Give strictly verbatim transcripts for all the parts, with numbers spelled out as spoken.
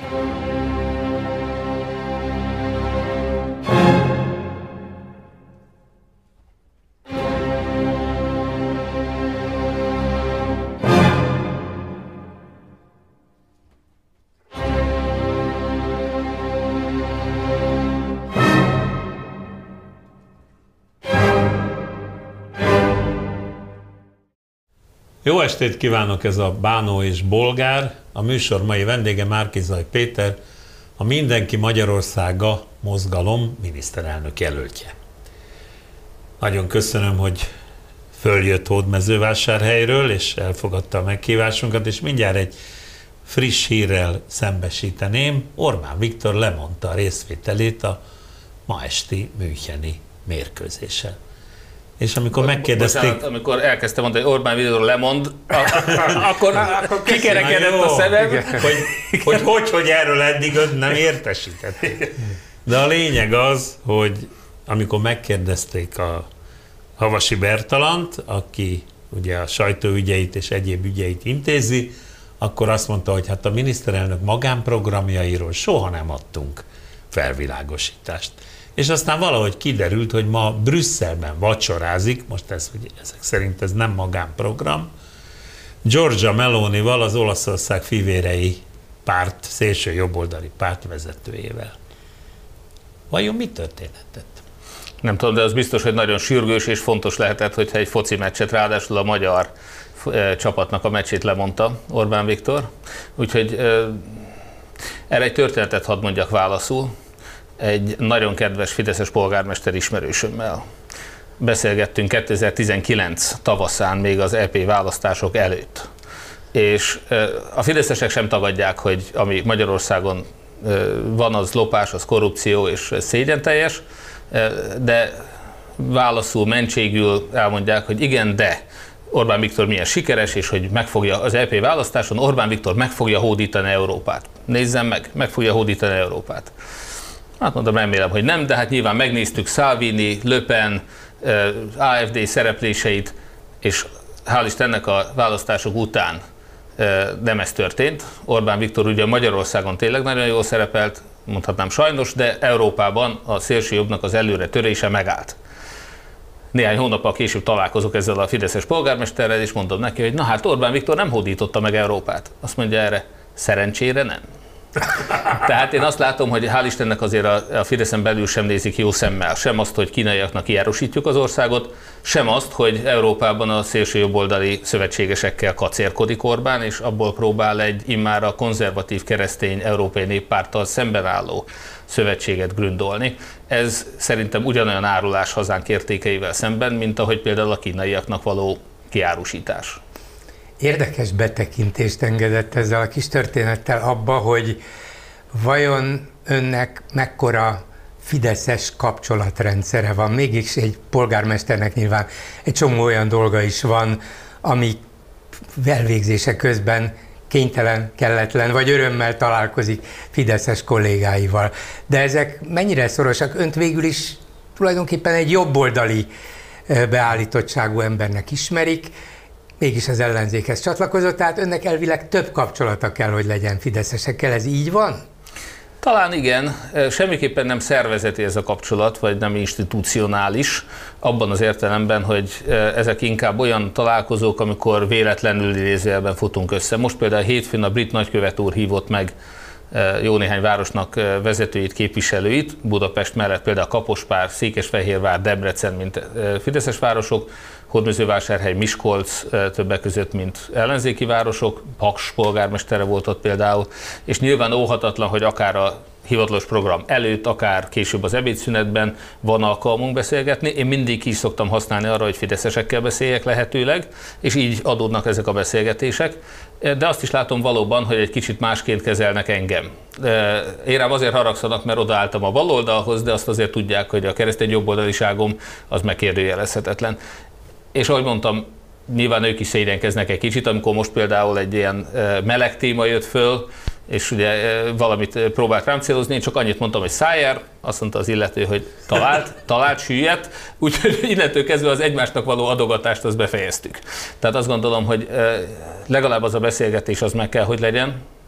Jó estét kívánok, ez a Bánó és Bolgár, a műsor mai vendége Márki-Zay Péter, a Mindenki Magyarországa mozgalom miniszterelnök jelöltje. Nagyon köszönöm, hogy följött Hódmezővásárhelyről, és elfogadta a meghívásunkat, és mindjárt egy friss hírrel szembesíteném. Orbán Viktor lemondta a részvételét a ma esti müncheni mérkőzésen. És amikor megkérdezték... Bocsánat, amikor elkezdte mondani, hogy Orbán Viktor lemond, akkor, akkor kikerekedett a szemem, hogy hogy, hogy hogy erről eddig ön nem értesítették. De a lényeg az, hogy amikor megkérdezték a Havasi Bertalant, aki ugye a sajtóügyeit és egyéb ügyeit intézi, akkor azt mondta, hogy hát a miniszterelnök magánprogramjairól soha nem adtunk felvilágosítást. És aztán valahogy kiderült, hogy ma Brüsszelben vacsorázik, most ez, hogy ezek szerint ez nem magánprogram, Giorgia Melonival, az Olaszország fivérei párt, szélső jobboldali párt vezetőjével. Vajon mi történhetett? Nem tudom, de az biztos, hogy nagyon sürgős és fontos lehetett, hogyha egy foci meccset, ráadásul a magyar csapatnak a meccsét lemondta Orbán Viktor. Úgyhogy erre egy történetet hadd mondjak válaszul. Egy nagyon kedves fideszes polgármester ismerősömmel beszélgettünk kétezer-tizenkilenc tavaszán, még az é pé választások előtt. És a fideszesek sem tagadják, hogy ami Magyarországon van, az lopás, az korrupció és szégyenteljes, de válaszul, mentségül elmondják, hogy igen, de Orbán Viktor milyen sikeres, és hogy megfogja az é pé választáson, Orbán Viktor meg fogja hódítani Európát. Nézzem meg, meg fogja hódítani Európát. Hát mondom, remélem, hogy nem, de hát nyilván megnéztük Salvini, Le Pen, á ef dé szerepléseit, és hál' Istennek a választások után nem ez történt. Orbán Viktor ugye Magyarországon tényleg nagyon jól szerepelt, mondhatnám sajnos, de Európában a szélsőjobbnak az előre törése megállt. Néhány hónappal később találkozok ezzel a fideszes polgármesterrel, és mondom neki, hogy na hát Orbán Viktor nem hódította meg Európát. Azt mondja erre, szerencsére nem. Tehát én azt látom, hogy hál' Istennek azért a, a Fideszen belül sem nézik jó szemmel, sem azt, hogy kínaiaknak kiárusítjuk az országot, sem azt, hogy Európában a szélsőjobboldali szövetségesekkel kacérkodik Orbán, és abból próbál egy immár a konzervatív keresztény Európai Néppárttal szemben álló szövetséget gründolni. Ez szerintem ugyanolyan árulás hazánk értékeivel szemben, mint ahogy például a kínaiaknak való kiárusítás. Érdekes betekintést engedett ezzel a kis történettel abba, hogy vajon önnek mekkora fideszes kapcsolatrendszere van. Mégis egy polgármesternek nyilván egy csomó olyan dolga is van, ami elvégzése közben kénytelen, kelletlen, vagy örömmel találkozik fideszes kollégáival. De ezek mennyire szorosak? Önt végül is tulajdonképpen egy jobboldali beállítottságú embernek ismerik, mégis az ellenzékhez csatlakozott, tehát önnek elvileg több kapcsolata kell, hogy legyen fideszesekkel. Ez így van? Talán igen, semmiképpen nem szervezeti ez a kapcsolat, vagy nem institucionális, abban az értelemben, hogy ezek inkább olyan találkozók, amikor véletlenül idézőjelben futunk össze. Most például hétfőn a brit nagykövet úr hívott meg jó néhány városnak vezetőit, képviselőit, Budapest mellett például Kaposvár, Székesfehérvár, Debrecen, mint fideszes városok, Hódmezővásárhely, Miskolc többek között, mint ellenzéki városok, Paks polgármestere volt ott például, és nyilván óhatatlan, hogy akár a hivatalos program előtt, akár később az ebédszünetben van alkalmunk beszélgetni. Én mindig is szoktam használni arra, hogy fideszesekkel beszéljek lehetőleg, és így adódnak ezek a beszélgetések. De azt is látom valóban, hogy egy kicsit másként kezelnek engem. Én rám azért haragszanak, mert odaálltam a baloldalhoz, de azt azért tudják, hogy a keresztény jobboldaliságom az megkérdőjelezhetetlen. És ahogy mondtam, nyilván ők is szégyenkeznek egy kicsit, amikor most például egy ilyen meleg téma jött föl, és ugye valamit próbált rám célozni, én csak annyit mondtam, hogy Szájer, azt mondta az illető, hogy talált, talált, süllyedt, úgyhogy innentől kezdve az egymásnak való adogatást azt befejeztük. Tehát azt gondolom, hogy legalább az a beszélgetés az meg kell, hogy legyen,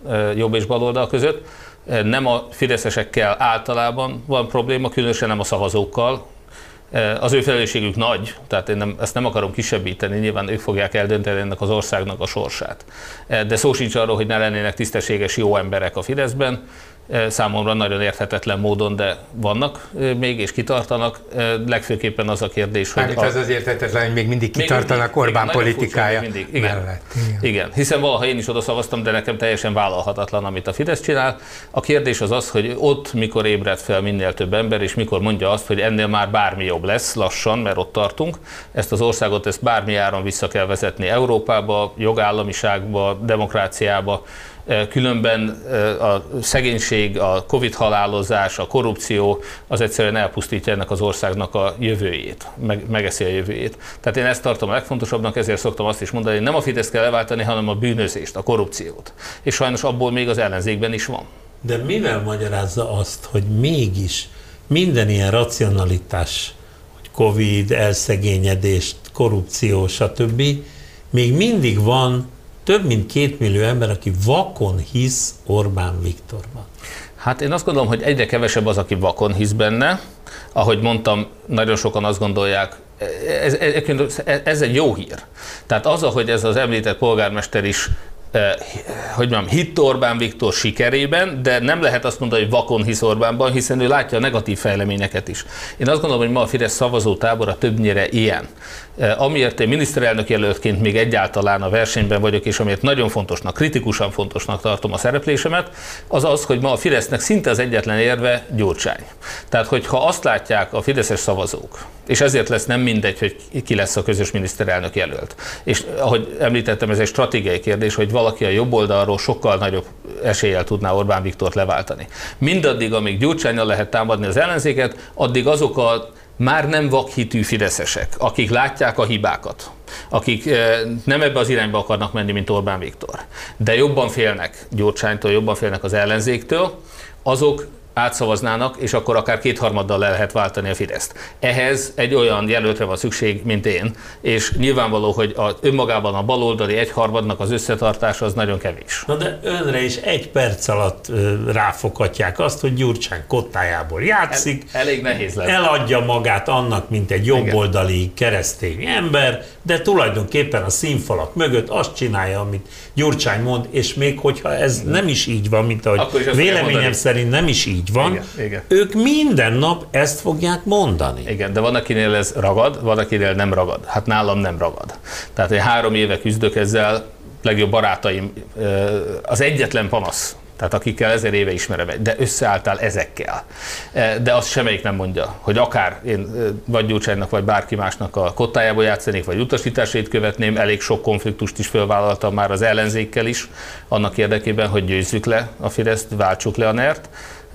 jobb és baloldal között. Nem a fideszesekkel általában van probléma, különösen nem a szavazókkal. Az ő felelősségük nagy, tehát én nem, ezt nem akarom kisebbíteni, nyilván ők fogják eldönteni ennek az országnak a sorsát. De szó sincs arról, hogy ne lennének tisztességes jó emberek a Fideszben, számomra nagyon érthetetlen módon, de vannak még, és kitartanak. Legfőképpen az a kérdés, hogy... A... az az érthetetlen, hogy még mindig kitartanak még Orbán még politikája mindig. Igen. mellett. Igen. Igen, hiszen valaha én is oda szavaztam, de nekem teljesen vállalhatatlan, amit a Fidesz csinál. A kérdés az az, hogy ott mikor ébred fel minél több ember, és mikor mondja azt, hogy ennél már bármi jobb lesz, lassan, mert ott tartunk. Ezt az országot, ezt bármi áron vissza kell vezetni Európába, jogállamiságba, demokráciába. Különben a szegénység, a Covid halálozás, a korrupció az egyszerűen elpusztítja ennek az országnak a jövőjét, meg, megeszi a jövőjét. Tehát én ezt tartom a legfontosabbnak, ezért szoktam azt is mondani, hogy nem a Fidesz kell leváltani, hanem a bűnözést, a korrupciót. És sajnos abból még az ellenzékben is van. De mivel magyarázza azt, hogy mégis minden ilyen racionalitás, hogy Covid, elszegényedést, korrupció, stb. Még mindig van több mint két millió ember, aki vakon hisz Orbán Viktorban. Hát én azt gondolom, hogy egyre kevesebb az, aki vakon hisz benne. Ahogy mondtam, nagyon sokan azt gondolják, ez, ez, ez egy jó hír. Tehát az, ahogy ez az említett polgármester is hogy mondjam, hitt Orbán Viktor sikerében, de nem lehet azt mondani, hogy vakon hisz Orbánban, hiszen ő látja a negatív fejleményeket is. Én azt gondolom, hogy ma a Fidesz szavazótábora többnyire ilyen. Amiért én miniszterelnök jelöltként még egyáltalán a versenyben vagyok, és amiért nagyon fontosnak, kritikusan fontosnak tartom a szereplésemet, az az, hogy ma a Fidesznek szinte az egyetlen érve Gyurcsány. Tehát, hogyha azt látják a fideszes szavazók, és ezért lesz nem mindegy, hogy ki lesz a közös miniszterelnök jelölt. És ahogy említettem, ez egy stratégiai kérdés, hogy valaki a jobb oldalról sokkal nagyobb eséllyel tudná Orbán Viktort leváltani. Mindaddig, amíg Gyurcsánnyal lehet támadni az ellenzéket, addig azok a már nem vakhitű fideszesek, akik látják a hibákat, akik nem ebbe az irányba akarnak menni, mint Orbán Viktor, de jobban félnek Gyurcsánytól, jobban félnek az ellenzéktől, azok átszavaznának, és akkor akár kétharmaddal le lehet váltani a Fideszt. Ehhez egy olyan jelöltre van szükség, mint én, és nyilvánvaló, hogy a, önmagában a baloldali egyharmadnak az összetartása az nagyon kevés. Na de önre is egy perc alatt ö, ráfoghatják azt, hogy Gyurcsány kottájából játszik, El, elég nehéz lesz. Eladja magát annak, mint egy jobboldali keresztény ember, de tulajdonképpen a színfalak mögött azt csinálja, amit Gyurcsány mond, és még hogyha ez nem is így van, mint ahogy véleményem szerint nem is így van, igen, igen. Ők minden nap ezt fogják mondani. Igen, de van, akinél ez ragad, van, akinél nem ragad. Hát nálam nem ragad. Tehát én három éve küzdök ezzel, legjobb barátaim, az egyetlen panasz, tehát akikkel ezer éve ismerem, de összeálltál ezekkel. De azt semmelyik nem mondja, hogy akár én vagy Gyurcsánynak, vagy bárki másnak a kottájába játszanék, vagy utasításait követném, elég sok konfliktust is felvállaltam már az ellenzékkel is, annak érdekében, hogy győzzük le a Fideszt, váltsuk le a nert.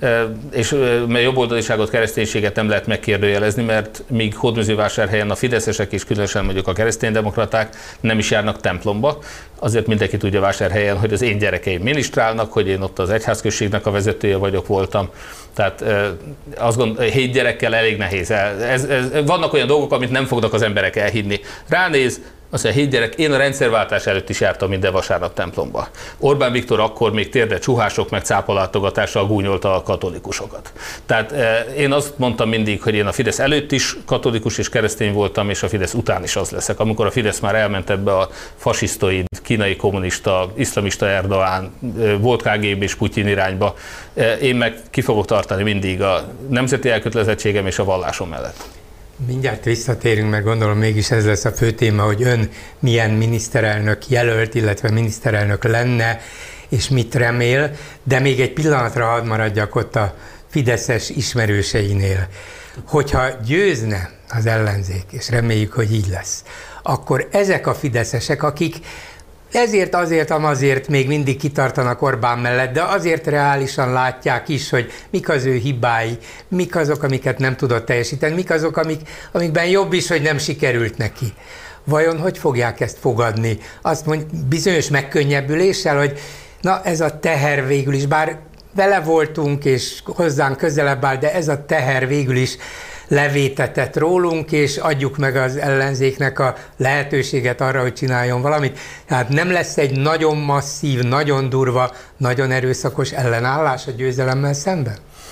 És jobboldaliságot, kereszténységet nem lehet megkérdőjelezni, mert míg Hódmezővásárhelyen a fideszesek és különösen mondjuk a kereszténydemokraták nem is járnak templomba, azért mindenki tudja Vásárhelyen, hogy az én gyerekeim minisztrálnak, hogy én ott az egyházközségnek a vezetője vagyok, voltam. Tehát azt gondolom, hét gyerekkel elég nehéz. Ez, ez, vannak olyan dolgok, amit nem fognak az emberek elhinni. Ránéz, azt mondja, hét gyerek, én a rendszerváltás előtt is jártam minden vasárnap templomba. Orbán Viktor akkor még térde csuhások meg cápalátogatással gúnyolta a katolikusokat. Tehát én azt mondtam mindig, hogy én a Fidesz előtt is katolikus és keresztény voltam, és a Fidesz után is az leszek. Amikor a Fidesz már elment ebbe a fasisztoid, kínai kommunista, iszlamista Erdoğan, volt ká gé bé-s Putyin irányba, én meg ki fogok tartani mindig a nemzeti elkötelezettségem és a vallásom mellett. Mindjárt visszatérünk, mert gondolom mégis ez lesz a fő téma, hogy ön milyen miniszterelnök jelölt, illetve miniszterelnök lenne, és mit remél, de még egy pillanatra hadd maradjak ott a fideszes ismerőseinél. Hogyha győzne az ellenzék, és reméljük, hogy így lesz, akkor ezek a fideszesek, akik ezért, azért, amazért még mindig kitartanak Orbán mellett, de azért reálisan látják is, hogy mik az ő hibái, mik azok, amiket nem tudott teljesíteni, mik azok, amik, amikben jobb is, hogy nem sikerült neki. Vajon hogy fogják ezt fogadni? Azt mondja, bizonyos megkönnyebbüléssel, hogy na ez a teher végül is, bár vele voltunk és hozzánk közelebb áll, de ez a teher végül is levétetett rólunk, és adjuk meg az ellenzéknek a lehetőséget arra, hogy csináljon valamit. Tehát nem lesz egy nagyon masszív, nagyon durva, nagyon erőszakos ellenállás a győzelemmel szemben?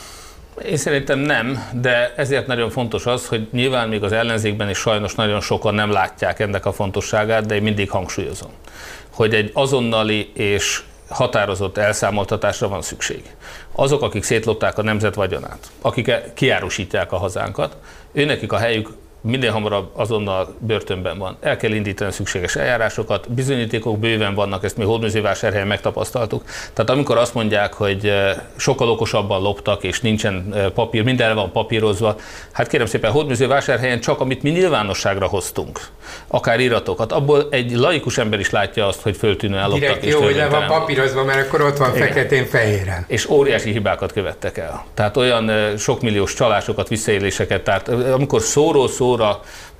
Én szerintem nem, de ezért nagyon fontos az, hogy nyilván még az ellenzékben is sajnos nagyon sokan nem látják ennek a fontosságát, de én mindig hangsúlyozom, hogy egy azonnali és határozott elszámoltatásra van szükség. Azok, akik szétlopták a nemzet vagyonát, akik kiárusítják a hazánkat, őnekik a helyük minél hamarabb azonnal börtönben van. El kell indítani szükséges eljárásokat, bizonyítékok bőven vannak, ezt mi Hódmezővásárhelyen megtapasztaltuk. Tehát amikor azt mondják, hogy sokkal okosabban loptak, és nincsen papír, minden el van papírozva, hát kérem szépen, Hódmezővásárhelyen csak amit mi nyilvánosságra hoztunk, akár iratokat, abból egy laikus ember is látja azt, hogy föltűnő elloptak. Direkt jó, hogy le van papírozva, mert akkor ott van feketén-fehéren. És óriási hibákat követtek el. Tehát olyan sokmilliós csalásokat, visszaéléseket, tehát amikor szóról szó a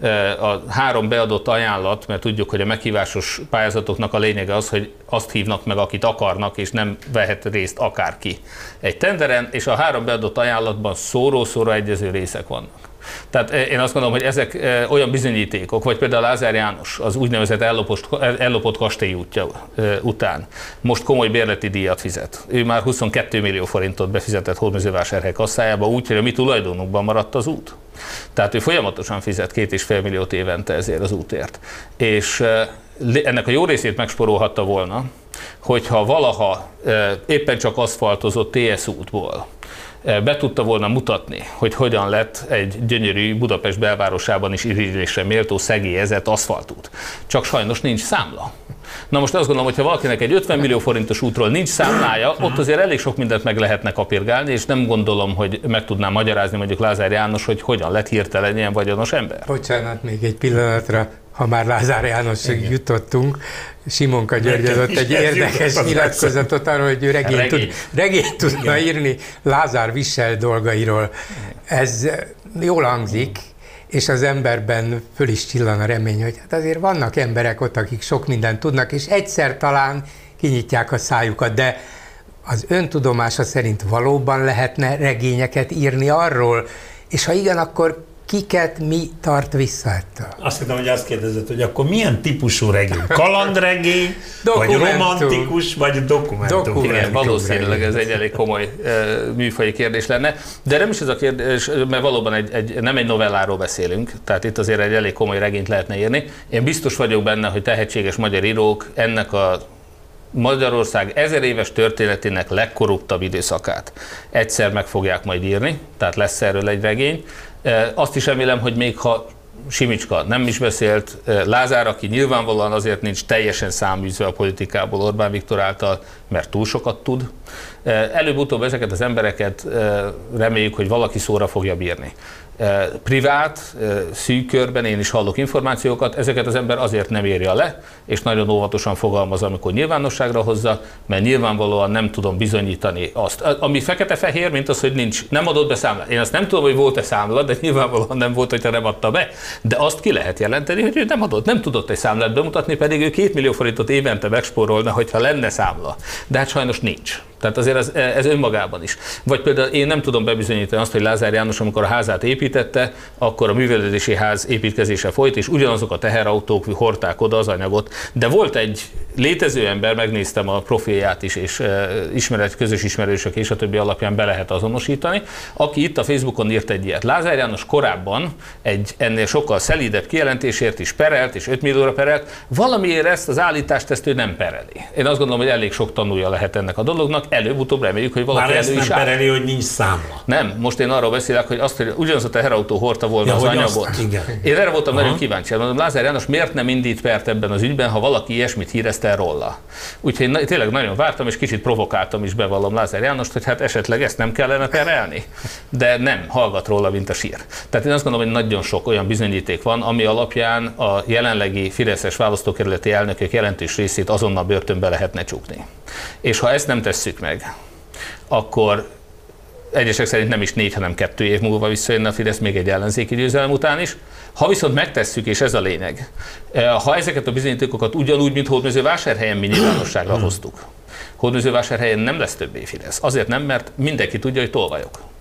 három beadott ajánlat, mert tudjuk, hogy a meghívásos pályázatoknak a lényege az, hogy azt hívnak meg, akit akarnak, és nem vehet részt akárki egy tenderen, és a három beadott ajánlatban szóró-szóra egyező részek vannak. Tehát én azt gondolom, hogy ezek olyan bizonyítékok, vagy például Lázár János az úgynevezett ellopott, ellopott kastélyútja után most komoly bérleti díjat fizet. Ő már huszonkettő millió forintot befizetett Hódmezővásárhely kasszájába úgy, hogy a mi tulajdonunkban maradt az út. Tehát ő folyamatosan fizet két és fél milliót évente ezért az útért. És ennek a jó részét megsporolhatta volna, hogyha valaha éppen csak aszfaltozott té es útból be tudta volna mutatni, hogy hogyan lett egy gyönyörű Budapest belvárosában is irigylésre méltó szegélyezett aszfaltút. Csak sajnos nincs számla. Na most azt gondolom, hogy ha valakinek egy ötven millió forintos útról nincs számlája, ott azért elég sok mindent meg lehetne kapirgálni, és nem gondolom, hogy meg tudnám magyarázni mondjuk Lázár János, hogy hogyan lett hirtelen ilyen vagyonos ember. Bocsánat, még egy pillanatra, ha már Lázár Jánosig jutottunk, Simonka György adott egy érdekes nyilatkozatot arról, hogy ő regényt, regény. tud, regényt tudna írni Lázár Visel dolgairól. Ez jól hangzik, és az emberben föl is csillan a remény, hogy hát azért vannak emberek ott, akik sok mindent tudnak, és egyszer talán kinyitják a szájukat, de az öntudomása szerint valóban lehetne regényeket írni arról, és ha igen, akkor kiket mi tart vissza ettől? Azt hittem, hogy azt kérdezett, hogy akkor milyen típusú regény? Kalandregény, vagy romantikus, vagy dokumentum? dokumentum. Igen, valószínűleg ez egy elég komoly uh, műfaji kérdés lenne, de nem is ez a kérdés, mert valóban egy, egy, nem egy novelláról beszélünk, tehát itt azért egy elég komoly regényt lehetne írni. Én biztos vagyok benne, hogy tehetséges magyar írók ennek a Magyarország ezer éves történetének legkorruptabb időszakát egyszer meg fogják majd írni, tehát lesz erről egy regény. Azt is remélem, hogy még ha Simicska nem is beszélt, Lázár, aki nyilvánvalóan azért nincs teljesen száműzve a politikából Orbán Viktor által, mert túl sokat tud. Előbb-utóbb ezeket az embereket reméljük, hogy valaki szóra fogja bírni. Privát, szűk körben én is hallok információkat, ezeket az ember azért nem írja le, és nagyon óvatosan fogalmaz, amikor nyilvánosságra hozza, mert nyilvánvalóan nem tudom bizonyítani azt. Ami fekete-fehér, mint az, hogy nincs, nem adott be számlát. Én azt nem tudom, hogy volt-e számla, de nyilvánvalóan nem volt, hogyha nem adta be. De azt ki lehet jelenteni, hogy ő nem adott, nem tudott egy számlát bemutatni, pedig ő két millió forintot évente megspórolna, hogyha lenne számla. De hát sajnos nincs. Tehát azért ez, ez önmagában is. Vagy például én nem tudom bebizonyítani azt, hogy Lázár János, amikor a házát építette, akkor a művelődési ház építkezése folyt, és ugyanazok a teherautók hordták oda az anyagot. De volt egy létező ember, megnéztem a profilját is, és ismeret, közös ismerősök és a többi alapján be lehet azonosítani, aki itt a Facebookon írt egy ilyet. Lázár János korábban egy ennél sokkal szelídebb kijelentésért is perelt, és öt millióra perelt. Valamiért ezt az állítást ezt ő nem pereli. Én azt gondolom, hogy elég sok tanulja lehet ennek a dolognak. Előbb-utóbb reméljük, hogy valaki már elő ezt is nem áll. pereli, hogy nincs számla. Nem, most én arról beszélek, hogy azt, hogy ugyanaz a teherautó hordta volna ja, az anyagot. Azt, én erre voltam Aha. nagyon kíváncsi. Mondom, Lázár János miért nem indít pert ebben az ügyben, ha valaki ilyesmit hírezte el róla. Úgyhogy na, tényleg nagyon vártam, és kicsit provokáltam is, bevallom Lázár Jánost, hogy hát esetleg ezt nem kellene perelni. De nem, hallgat róla, mint a sír. Tehát én azt gondolom, hogy nagyon sok olyan bizonyíték van, ami alapján a jelenlegi fideszes választókerületi elnökök jelentős részét azonnal börtönbe lehetne csukni. És ha ezt nem tesszük meg, akkor egyesek szerint nem is négy, hanem kettő év múlva visszajönne a Fidesz még egy ellenzéki győzelem után is. Ha viszont megtesszük, és ez a lényeg, ha ezeket a bizonyítékokat ugyanúgy, mint Hódmezővásárhelyen mi nyilvánosságra hoztuk, Hódmezővásárhelyen nem lesz többé Fidesz. Azért nem, mert mindenki tudja, hogy tolvajok.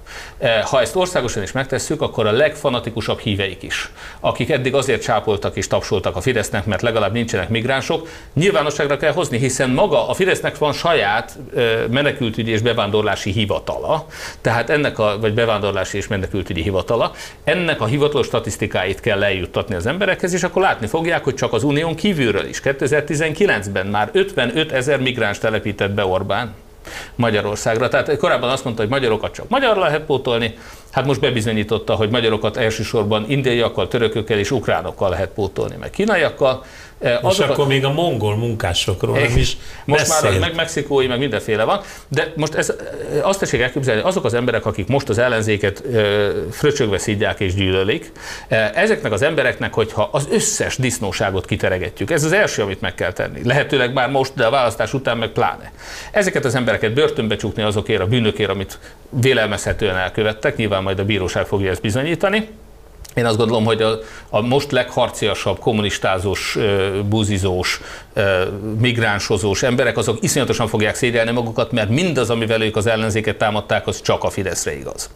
Ha ezt országosan is megtesszük, akkor a legfanatikusabb híveik is, akik eddig azért csápoltak és tapsoltak a Fidesznek, mert legalább nincsenek migránsok, nyilvánosságra kell hozni, hiszen maga a Fidesznek van saját menekültügyi és bevándorlási hivatala, tehát ennek a, vagy bevándorlási és menekültügyi hivatala, ennek a hivatalos statisztikáit kell eljuttatni az emberekhez, és akkor látni fogják, hogy csak az Unión kívülről is kétezer-tizenkilencben már ötvenöt ezer migráns telepített be Orbán Magyarországra. Tehát korábban azt mondta, hogy magyarokat csak magyarra lehet pótolni, hát most bebizonyította, hogy magyarokat elsősorban indiaiakkal, törökökkel és ukránokkal lehet pótolni, meg kínaiakkal. Most akkor a... még a mongol munkásokról nem is Most beszélt. már meg mexikói, meg mindenféle van, de most ez, azt tessék elképzelni, azok az emberek, akik most az ellenzéket fröcsögve szidják és gyűlölik, ezeknek az embereknek, hogyha az összes disznóságot kiteregetjük, ez az első, amit meg kell tenni. Lehetőleg már most, de a választás után meg pláne. Ezeket az embereket börtönbe csukni azokért a bűnökért, amit vélelmezhetően elkövettek, nyilván majd a bíróság fogja ezt bizonyítani. Én azt gondolom, hogy a, a most legharciasabb, kommunistázós, buzizós, migránsozós emberek, azok iszonyatosan fogják szégyelni magukat, mert mindaz, amivel ők az ellenzéket támadták, az csak a Fideszre igaz.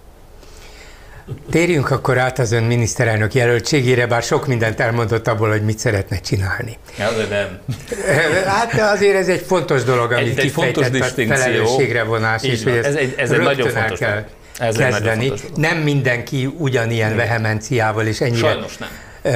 Térjünk akkor át az ön miniszterelnök jelöltségére, bár sok mindent elmondott abból, hogy mit szeretne csinálni. Ja, de nem. Hát azért ez egy fontos dolog, amit egy, egy kifejtett a felelősségre vonás, és hogy ez, egy, ez egy nagyon fontos kell ez kezdeni. Nem mindenki ugyanilyen vehemenciával és ennyire. Sajnos nem.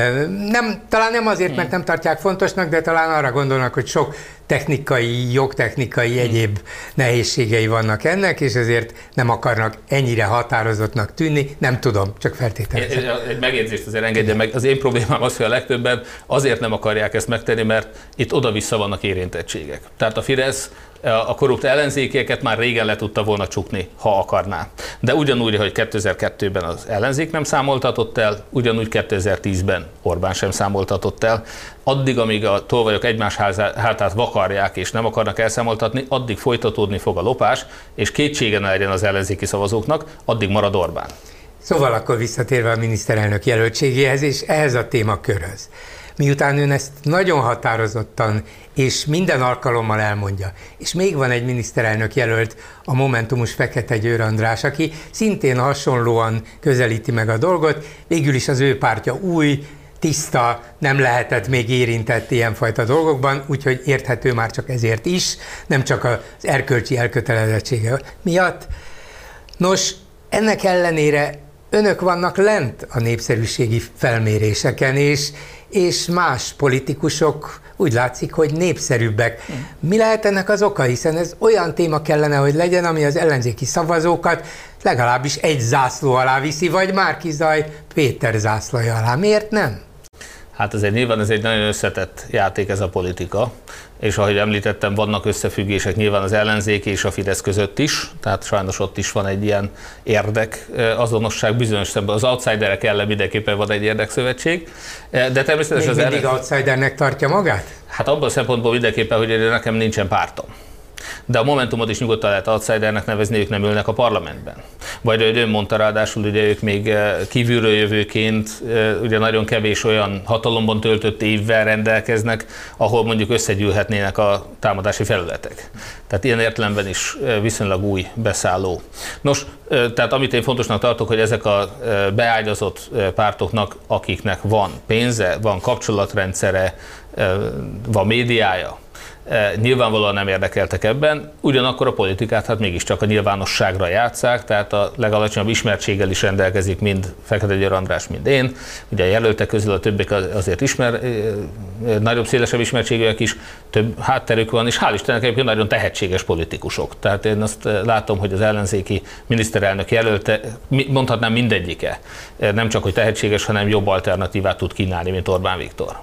Nem, talán nem azért, mert nem tartják fontosnak, de talán arra gondolnak, hogy sok technikai, jogtechnikai, egyéb nehézségei vannak ennek, és ezért nem akarnak ennyire határozottnak tűnni. Nem tudom, csak feltételezem. Egy megjegyzést azért engedje meg. Az én problémám az, hogy a legtöbben azért nem akarják ezt megtenni, mert itt oda-vissza vannak érintettségek. Tehát a Fidesz a korrupt ellenzékeket már régen le tudta volna csukni, ha akarná. De ugyanúgy, hogy kétezer-kettőben az ellenzék nem számoltatott el, ugyanúgy kétezer-tízben Orbán sem számoltatott el. Addig, amíg a tolvajok egymás hátát vakarják és nem akarnak elszámoltatni, addig folytatódni fog a lopás, és kétsége ne legyen az ellenzéki szavazóknak, addig marad Orbán. Szóval akkor visszatérve a miniszterelnök jelöltségéhez és ehhez a témakörhöz. Miután ön ezt nagyon határozottan és minden alkalommal elmondja, és még van egy miniszterelnök jelölt, a Momentumos Fekete Győr András, aki szintén hasonlóan közelíti meg a dolgot, végül is az ő pártja új, tiszta, nem lehetett még érintett ilyenfajta dolgokban, úgyhogy érthető már csak ezért is, nem csak az erkölcsi elkötelezettsége miatt. Nos, ennek ellenére önök vannak lent a népszerűségi felméréseken, és, és más politikusok úgy látszik, hogy népszerűbbek. Mi lehet ennek az oka? Hiszen ez olyan téma kellene, hogy legyen, ami az ellenzéki szavazókat legalábbis egy zászló alá viszi, vagy Márki-Zay Péter zászlaja alá. Miért nem? Hát azért nyilván ez egy nagyon összetett játék ez a politika, és ahogy említettem, vannak összefüggések nyilván az ellenzék és a Fidesz között is, tehát sajnos ott is van egy ilyen érdek azonosság, bizonyos szemben az outsiderek ellen mindenképpen van egy érdekszövetség, de természetesen az mindig ellen... outsidernek tartja magát? Hát abban a szempontból mindenképpen, hogy nekem nincsen pártom. De a Momentumot is nyugodtan lehet outsidernek nevezni, ők nem ülnek a parlamentben. Vagy hogy ön mondta, ráadásul ugye ők még kívülről jövőként ugye nagyon kevés olyan hatalomban töltött évvel rendelkeznek, ahol mondjuk összegyűlhetnének a támadási felületek. Tehát ilyen értelemben is viszonylag új beszálló. Nos, tehát amit én fontosnak tartok, hogy ezek a beágyazott pártoknak, akiknek van pénze, van kapcsolatrendszere, van médiája, nyilvánvalóan nem érdekeltek ebben, ugyanakkor a politikát hát mégiscsak a nyilvánosságra játsszák, tehát a legalacsonyabb ismertséggel is rendelkezik mind Fekete Győr András, mind én. Ugye a jelöltek közül a többek azért ismer, nagyobb, szélesebb ismertségűek is, több hátterük van, és hál' Istennek egyébként nagyon tehetséges politikusok. Tehát én azt látom, hogy az ellenzéki miniszterelnök jelölte, mondhatnám mindegyike, nem csak hogy tehetséges, hanem jobb alternatívát tud kínálni, mint Orbán Viktor.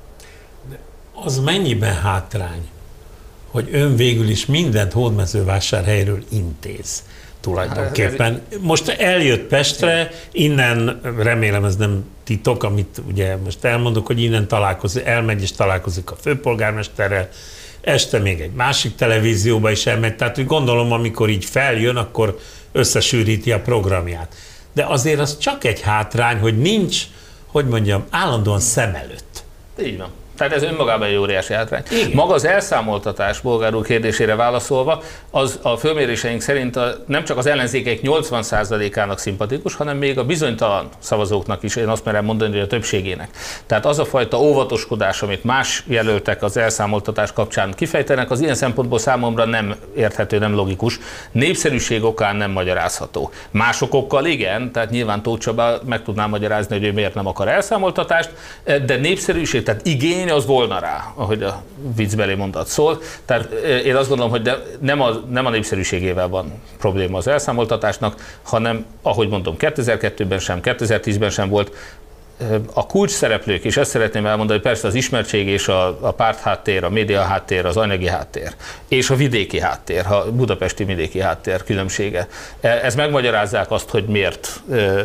Az mennyiben hátrány, hogy ön végül is mindent Hódmezővásárhelyről intéz tulajdonképpen. Most eljött Pestre, innen remélem ez nem titok, amit ugye most elmondok, hogy innen találkozik, elmegy és találkozik a főpolgármesterrel, este még egy másik televízióba is elmegy, tehát úgy gondolom, amikor így feljön, akkor összesűríti a programját. De azért az csak egy hátrány, hogy nincs, hogy mondjam, állandóan szem előtt. Így van. Tehát ez önmagában egy óriási hátrány. Maga az elszámoltatás, Bolgár úr kérdésére válaszolva, az a fölméréseink szerint a, nem csak az ellenzékek nyolcvan százalékának szimpatikus, hanem még a bizonytalan szavazóknak is, én azt merem mondani, hogy a többségének. Tehát az a fajta óvatoskodás, amit más jelöltek az elszámoltatás kapcsán kifejtenek, az ilyen szempontból számomra nem érthető, nem logikus. Népszerűség okán nem magyarázható. Másokokkal igen, tehát nyilván Tóth Csaba meg tudná magyarázni, hogy ő miért nem akar elszámoltatást, de népszerűség, tehát igény az volna rá, ahogy a viccbeli mondat szól. Tehát én azt gondolom, hogy nem a, nem a népszerűségével van probléma az elszámoltatásnak, hanem, ahogy mondom, kétezer-kettőben sem, kétezer-tízben sem volt. A kulcs szereplők, és ezt szeretném elmondani, hogy persze az ismertség és a, a pártháttér, a média háttér, az anyagi háttér, és a vidéki háttér, a budapesti vidéki háttér különbsége. Ez megmagyarázzák azt, hogy miért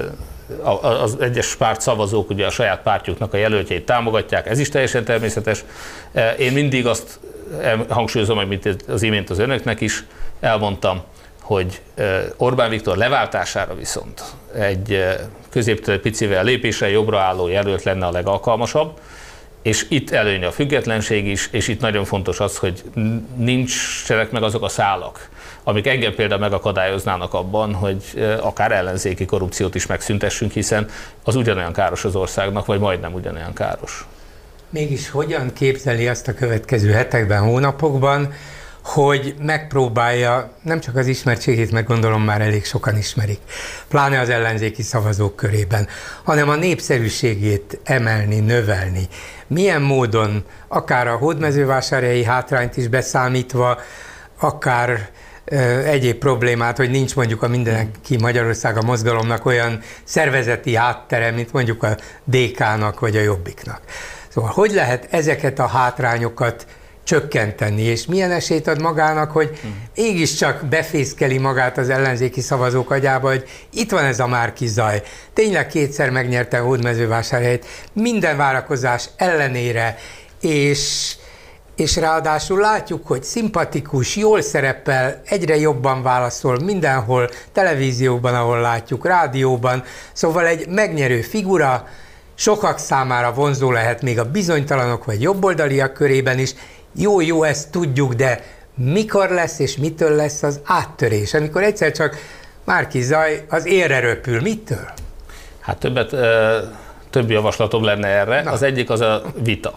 az egyes párt szavazók ugye a saját pártjuknak a jelöltjeit támogatják, ez is teljesen természetes. Én mindig azt hangsúlyozom, amit az imént az önöknek is elmondtam, hogy Orbán Viktor leváltására viszont egy középtől picivel lépésre jobbra álló jelölt lenne a legalkalmasabb, és itt előnye a függetlenség is, és itt nagyon fontos az, hogy nincsenek meg azok a szálak, amik engem például megakadályoznának abban, hogy akár ellenzéki korrupciót is megszüntessünk, hiszen az ugyanolyan káros az országnak, vagy majdnem ugyanolyan káros. Mégis hogyan képzeli azt a következő hetekben, hónapokban, hogy megpróbálja, nem csak az ismertségét, meg gondolom már elég sokan ismerik, pláne az ellenzéki szavazók körében, hanem a népszerűségét emelni, növelni. Milyen módon, akár a hódmezővásárhelyi hátrányt is beszámítva, akár egyéb problémát, hogy nincs mondjuk a Mindenki Magyarország a mozgalomnak olyan szervezeti háttere, mint mondjuk a dé ká-nak vagy a Jobbiknak. Szóval hogy lehet ezeket a hátrányokat csökkenteni, és milyen esélyt ad magának, hogy mégiscsak befészkeli magát az ellenzéki szavazók agyába, hogy itt van ez a Márki Zaj. Tényleg kétszer megnyerte Hódmezővásárhelyet, minden várakozás ellenére, és, és ráadásul látjuk, hogy szimpatikus, jól szerepel, egyre jobban válaszol mindenhol, televízióban, ahol látjuk, rádióban, szóval egy megnyerő figura, sokak számára vonzó lehet még a bizonytalanok vagy jobboldaliak körében is. Jó, jó, ezt tudjuk, de mikor lesz és mitől lesz az áttörés? Amikor egyszer csak Márki Zaj az élre röpül. Mitől? Hát többet, több javaslatom lenne erre. Na. Az egyik az a vita.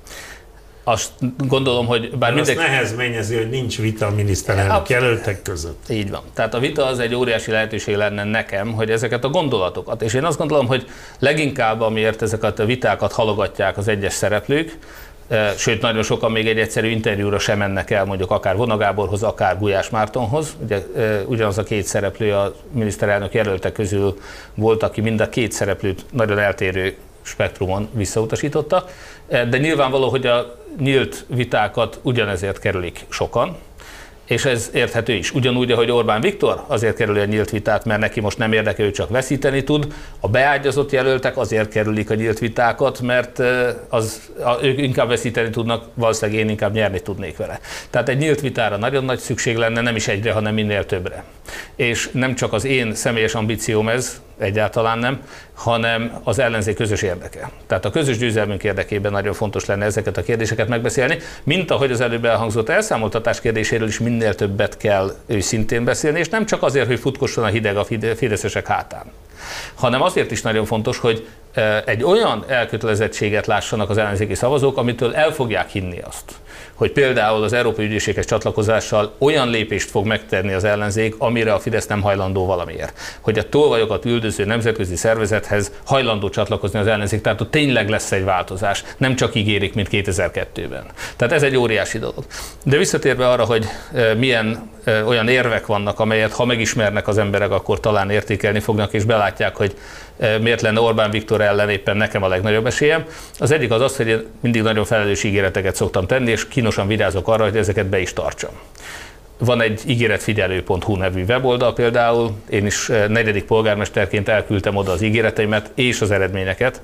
Azt gondolom, hogy bár mindenki... Azt nehezményezi, hogy nincs vita a miniszterelnök jelöltek között. Így van. Tehát a vita az egy óriási lehetőség lenne nekem, hogy ezeket a gondolatokat, és én azt gondolom, hogy leginkább amiért ezeket a vitákat halogatják az egyes szereplők, sőt, nagyon sokan még egy egyszerű interjúra sem mennek el, mondjuk akár Vona Gáborhoz, akár Gulyás Mártonhoz. Ugye, ugyanaz a két szereplő a miniszterelnök jelöltek közül volt, aki mind a két szereplőt nagyon eltérő spektrumon visszautasította, de nyilvánvaló, hogy a nyílt vitákat ugyanezért kerülik sokan, és ez érthető is. Ugyanúgy, ahogy Orbán Viktor azért kerüli a nyílt vitát, mert neki most nem érdekel, ő csak veszíteni tud. A beágyazott jelöltek azért kerülik a nyílt vitákat, mert az, ők inkább veszíteni tudnak, valószínűleg én inkább nyerni tudnék vele. Tehát egy nyílt vitára nagyon nagy szükség lenne, nem is egyre, hanem minél többre. És nem csak az én személyes ambícióm ez, egyáltalán nem, hanem az ellenzék közös érdeke. Tehát a közös győzelmünk érdekében nagyon fontos lenne ezeket a kérdéseket megbeszélni, mint ahogy az előbb elhangzott elszámoltatás kérdéséről is minél többet kell őszintén beszélni, és nem csak azért, hogy futkosson a hideg a fideszesek hátán, hanem azért is nagyon fontos, hogy egy olyan elkötelezettséget lássanak az ellenzéki szavazók, amitől el fogják hinni azt, hogy például az Európai Ügyészséghez csatlakozással olyan lépést fog megtenni az ellenzék, amire a Fidesz nem hajlandó valamiért. Hogy a tolvajokat üldöző nemzetközi szervezethez hajlandó csatlakozni az ellenzék, tehát ott tényleg lesz egy változás, nem csak ígérik, mint kétezer-kettőben. Tehát ez egy óriási dolog. De visszatérve arra, hogy milyen olyan érvek vannak, amelyet ha megismernek az emberek, akkor talán értékelni fognak, és belátják, hogy miért lenne Orbán Viktor ellen éppen nekem a legnagyobb esélyem. Az egyik az az, hogy én mindig nagyon felelős ígéreteket szoktam tenni, és kínosan vigyázok arra, hogy ezeket be is tartsam. Van egy ígéretfigyelő pont hu nevű weboldal például, én is negyedik polgármesterként elküldtem oda az ígéreteimet és az eredményeket.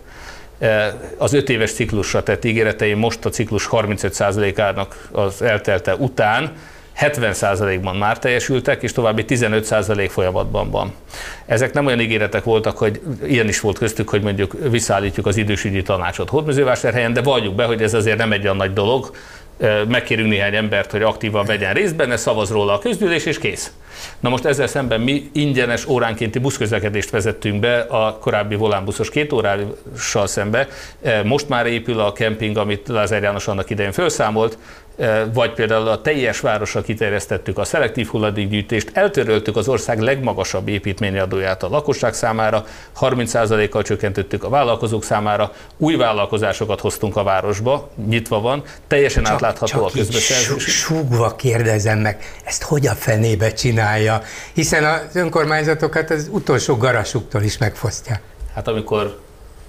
Az öt éves ciklusra tett ígéreteim most a ciklus harmincöt százalékának az eltelte után hetven százalékban már teljesültek, és további tizenöt százalék folyamatban van. Ezek nem olyan ígéretek voltak, hogy ilyen is volt köztük, hogy mondjuk visszaállítjuk az idősügyi tanácsot Hódmezővásárhelyen, de valljuk be, hogy ez azért nem egy olyan nagy dolog. Megkérünk néhány embert, hogy aktívan vegyen részt benne, szavaz róla a közgyűlés, és kész. Na most ezzel szemben mi ingyenes óránkénti buszközlekedést vezettünk be a korábbi volánbuszos két órással szembe. Most már épül a kemping, amit Lázár János annak idején felszámolt, vagy például a teljes városra kiterjesztettük a szelektív hulladékgyűjtést, eltöröltük az ország legmagasabb építményi adóját a lakosság számára, harminc százalékkal csökkentettük a vállalkozók számára, új vállalkozásokat hoztunk a városba, nyitva van, teljesen csak, átlátható csak a közbeszerzés. Súgva kérdezem meg, ezt hogy a fenébe csinálja? Hiszen az önkormányzatokat az utolsó garasuktól is megfosztják. Hát amikor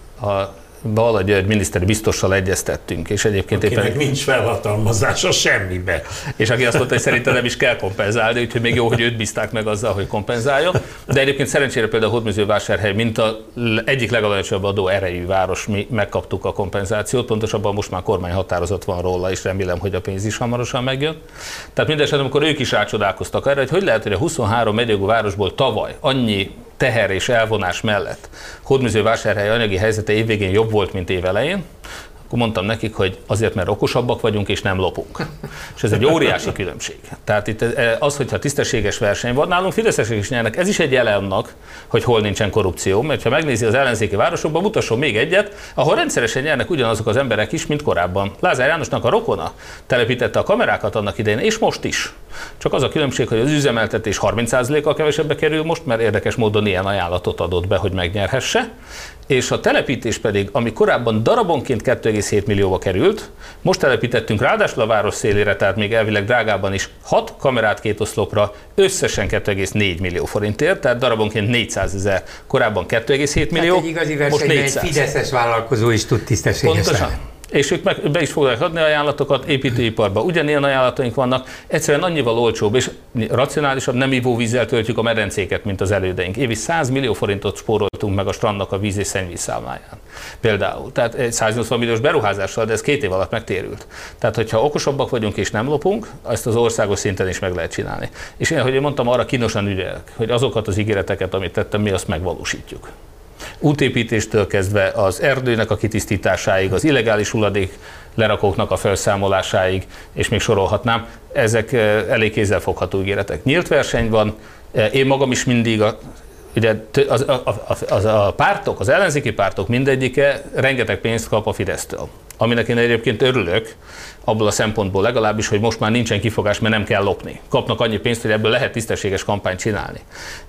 a Balla György miniszteri biztossal egyeztettünk, és egyébként akinek éppen... nincs felhatalmazása semmibe. És aki azt mondta, hogy szerintem nem is kell kompenzálni, úgyhogy még jó, hogy őt bízták meg azzal, hogy kompenzáljon. De egyébként szerencsére például Hódmezővásárhely, mint az egyik legalacsonyabb adó erejű város, mi megkaptuk a kompenzációt, pontosabban most már kormányhatározat van róla, és remélem, hogy a pénz is hamarosan megjön. Tehát mindesetre, amikor ők is rácsodálkoztak erre, hogy hogy lehet, hogy a huszonhárom megyegű városból tavaly annyi teher és elvonás mellett Hódmezővásárhely anyagi helyzete évvégén jobb volt, mint évelején, akkor mondtam nekik, hogy azért, mert okosabbak vagyunk, és nem lopunk. És ez egy óriási különbség. Tehát itt az, hogyha tisztességes verseny van, nálunk fideszesek is nyernek, ez is egy jele annak, hogy hol nincsen korrupció, mert ha megnézi az ellenzéki városokban, mutasson még egyet, ahol rendszeresen nyernek ugyanazok az emberek is, mint korábban. Lázár Jánosnak a rokona telepítette a kamerákat annak idején, és most is. Csak az a különbség, hogy az üzemeltetés harminc százalékkal kevesebbe kerül most, mert érdekes módon ilyen ajánlatot adott be, hogy megnyerhesse, és a telepítés pedig, ami korábban darabonként kettő egész hét millióba került, most telepítettünk ráadásul a város szélére, tehát még elvileg drágában is hat kamerát két oszlopra, összesen kettő egész négy millió forintért, tehát darabonként négyszázezer, korábban kettő egész hét millió, hát egy igazi versenyben egy fideszes vállalkozó is tud tisztességes lenni. És ők meg be is fogják adni ajánlatokat, építőiparban ugyanilyen ajánlataink vannak, egyszerűen annyival olcsóbb és racionálisabb, nem ivóvízzel töltjük a medencéket, mint az elődeink. Évi száz millió forintot spóroltunk meg a strandnak a víz és szennyvíz számláján. Például. Tehát egy száznyolcvan milliós beruházással, de ez két év alatt megtérült. Tehát, hogyha okosabbak vagyunk és nem lopunk, ezt az országos szinten is meg lehet csinálni. És én, ahogy én mondtam, arra kínosan ügyelek, hogy azokat az ígéreteket, amit tettem, mi azt megvalósítjuk. Útépítéstől kezdve az erdőnek a kitisztításáig, az illegális hulladék lerakóknak a felszámolásáig, és még sorolhatnám, ezek elég kézzelfogható ígéretek. Nyílt verseny van, én magam is mindig, a, ugye az, a, az, a pártok, az ellenzéki pártok mindegyike rengeteg pénzt kap a Fidesztől. Aminek én egyébként örülök, abból a szempontból legalábbis, hogy most már nincsen kifogás, mert nem kell lopni. Kapnak annyi pénzt, hogy ebből lehet tisztességes kampányt csinálni.